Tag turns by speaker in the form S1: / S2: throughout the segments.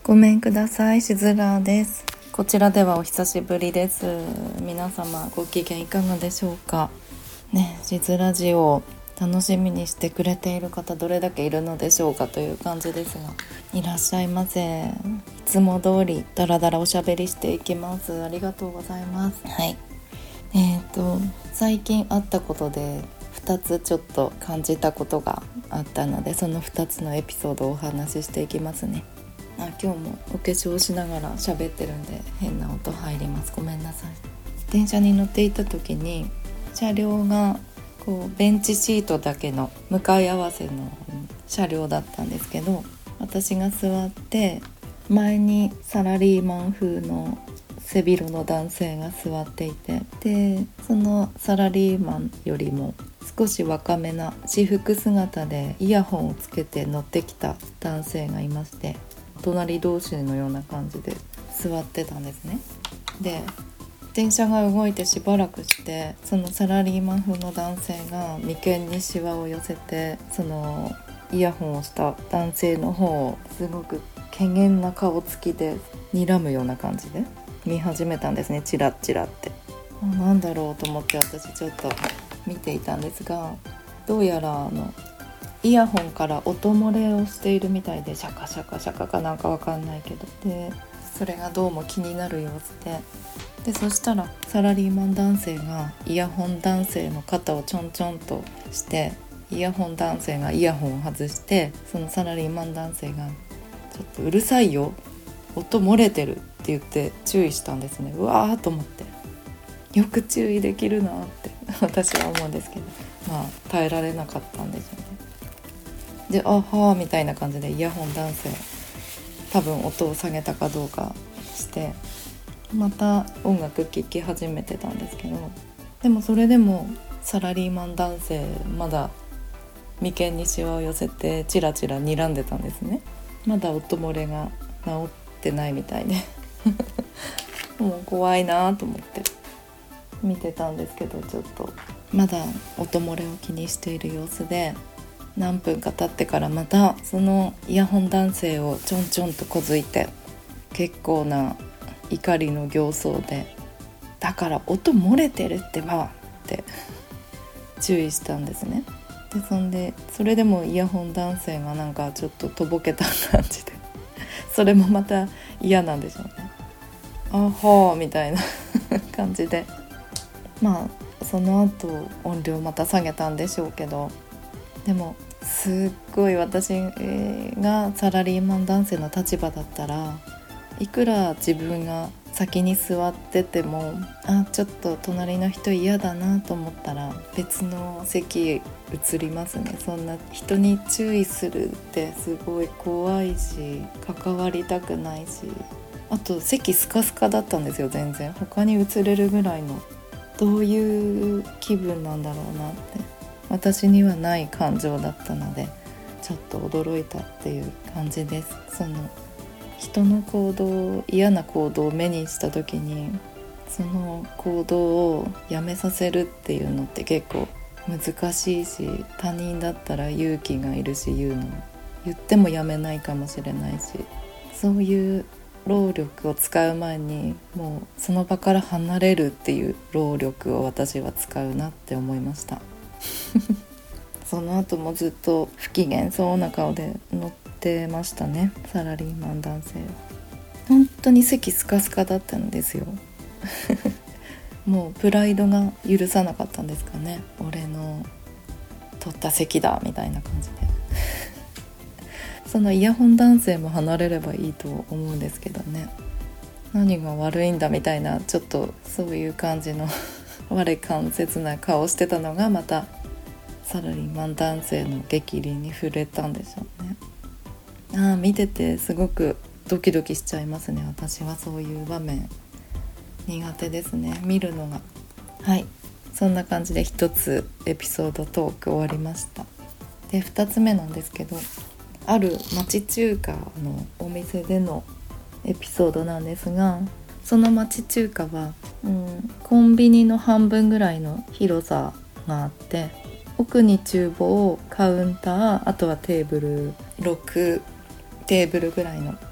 S1: ごめんください、しずらです。こちらではお久しぶりです。皆様ご機嫌いかがでしょうかね。しずラジオ楽しみにしてくれている方どれだけいるのでしょうかという感じですが、いらっしゃいませ。いつも通りだらだらおしゃべりしていきます。ありがとうございます。はい。最近あったことで2つちょっと感じたことがあったので、その2つのエピソードをお話ししていきますね。今日もお化粧しながら喋ってるんで変な音入ります。ごめんなさい。電車に乗っていた時に車両がベンチシートだけの向かい合わせの車両だったんですけど、私が座って前にサラリーマン風の背広の男性が座っていて、でそのサラリーマンよりも少し若めな私服姿でイヤホンをつけて乗ってきた男性がいまして、隣同士のような感じで座ってたんですね。で電車が動いてしばらくして、そのサラリーマン風の男性が眉間にシワを寄せて、そのイヤホンをした男性の方をすごく怪訝な顔つきで睨むような感じで見始めたんですね。チラッチラって、なんだろうと思って私ちょっと見ていたんですが、どうやらイヤホンから音漏れをしているみたいで、シャカシャカシャカかなんかわかんないけど、でそれがどうも気になる様子で、そしたらサラリーマン男性がイヤホン男性の肩をちょんちょんとして、イヤホン男性がイヤホンを外して、そのサラリーマン男性がちょっとうるさいよ、音漏れてるって言って注意したんですね。うわーと思って、よく注意できるなって私は思うんですけど、耐えられなかったんでしょうね。であはーみたいな感じでイヤホン男性多分音を下げたかどうかしてまた音楽聴き始めてたんですけど、でもそれでもサラリーマン男性まだ眉間にシワを寄せてチラチラ睨んでたんですね。まだ音漏れが治ってないみたいでもう怖いなと思って見てたんですけど、ちょっとまだ音漏れを気にしている様子で、何分か経ってからまたそのイヤホン男性をちょんちょんとこづいて、結構な怒りの形相で、だから音漏れてるってばって注意したんですね。でそれでもイヤホン男性がなんかちょっととぼけた感じでそれもまた嫌なんでしょうね。あはーみたいな感じで、その後音量また下げたんでしょうけど、でもすっごい私がサラリーマン男性の立場だったら、いくら自分が先に座っててもちょっと隣の人嫌だなと思ったら別の席移りますね。そんな人に注意するってすごい怖いし、関わりたくないし、あと席スカスカだったんですよ。全然他に移れるぐらいの、どういう気分なんだろうなって私にはない感情だったので、ちょっと驚いたっていう感じです。その人の行動、嫌な行動を目にした時にその行動をやめさせるっていうのって結構難しいし、他人だったら勇気がいるし、言ってもやめないかもしれないし、そういう労力を使う前にもうその場から離れるっていう労力を私は使うなって思いましたその後もずっと不機嫌そうな顔で乗ってましたね、サラリーマン男性。本当に席スカスカだったんですよもうプライドが許さなかったんですかね。俺の取った席だみたいな感じでそのイヤホン男性も離れればいいと思うんですけどね、何が悪いんだみたいな、ちょっとそういう感じの我関節な顔してたのがまたサラリーマン男性の逆鱗に触れたんでしょうね。見ててすごくドキドキしちゃいますね。私はそういう場面苦手ですね、見るのが。はい、そんな感じで一つエピソードトーク終わりました。で2つ目なんですけど、ある町中華のお店でのエピソードなんですが、その町中華は、コンビニの半分ぐらいの広さがあって、奥に厨房、カウンター、あとはテーブル6テーブルぐらいの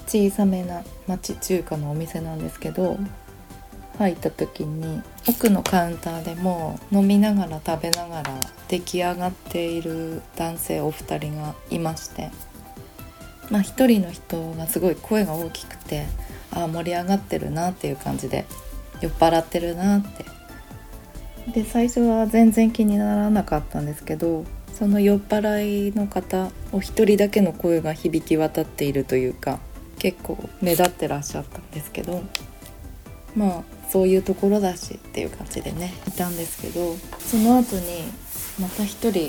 S1: 小さめな町中華のお店なんですけど、入った時に奥のカウンターでも飲みながら食べながら出来上がっている男性お二人がいまして、一人の人がすごい声が大きくて、盛り上がってるなっていう感じで、酔っ払ってるなって。で最初は全然気にならなかったんですけど、その酔っ払いの方お一人だけの声が響き渡っているというか、結構目立ってらっしゃったんですけど、そういうところだしっていう感じでねいたんですけど、その後にまた一人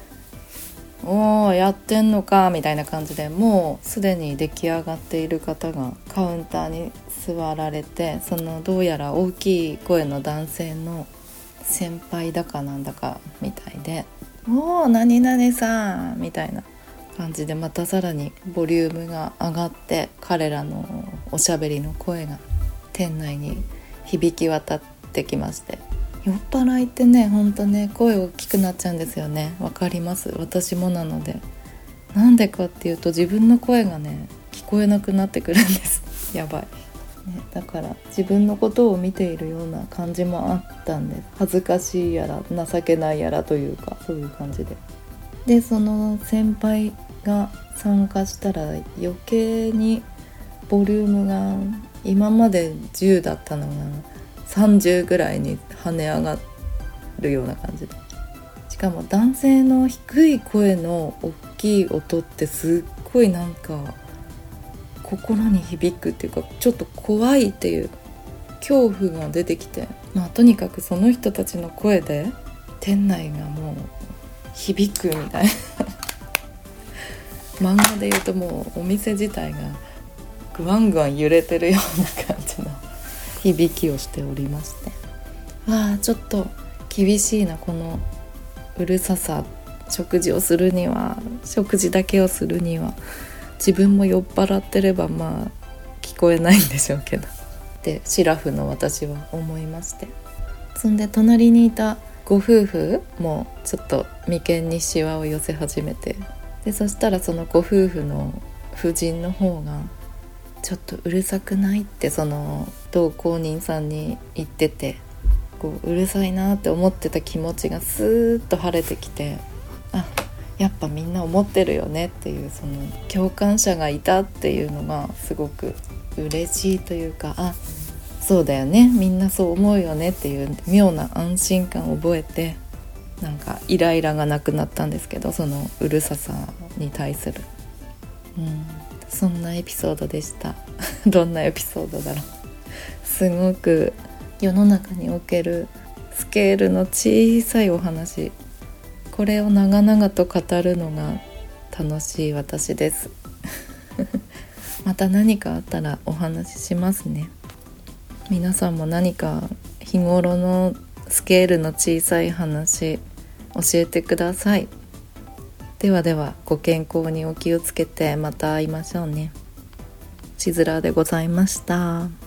S1: やってんのかみたいな感じで、もうすでに出来上がっている方がカウンターに座られて、そのどうやら大きい声の男性の先輩だかなんだかみたいで、何々さんみたいな感じで、またさらにボリュームが上がって、彼らのおしゃべりの声が店内に響き渡ってきまして、酔っ払いってね、ほんとね、声大きくなっちゃうんですよね。わかります。私もなので。なんでかっていうと、自分の声がね聞こえなくなってくるんですやばい、だから自分のことを見ているような感じもあったんです。恥ずかしいやら情けないやらというか、そういう感じでその先輩が参加したら余計にボリュームが今まで10だったのが30ぐらいに跳ね上がるような感じで、しかも男性の低い声の大きい音ってすっごいなんか心に響くっていうか、ちょっと怖いっていう恐怖が出てきて、とにかくその人たちの声で店内がもう響くみたいな漫画で言うともうお店自体がグワングワン揺れてるような感じの響きをしておりまして、ちょっと厳しいなこのうるささ。食事だけをするには自分も酔っ払ってれば聞こえないんでしょうけどってシラフの私は思いまして、そんで隣にいたご夫婦もちょっと眉間にシワを寄せ始めて、でそしたらそのご夫婦の夫人の方がちょっとうるさくないってその同行人さんに言ってて、うるさいなって思ってた気持ちがスーッと晴れてきて、やっぱみんな思ってるよねっていう、その共感者がいたっていうのがすごく嬉しいというか、そうだよね、みんなそう思うよねっていう妙な安心感を覚えて、なんかイライラがなくなったんですけど、そのうるささに対する、そんなエピソードでしたどんなエピソードだろうすごく世の中におけるスケールの小さいお話、これを長々と語るのが楽しい私ですまた何かあったらお話ししますね。皆さんも何か日頃のスケールの小さい話教えてください。ではでは、ご健康にお気をつけてまた会いましょうね。しずらでございました。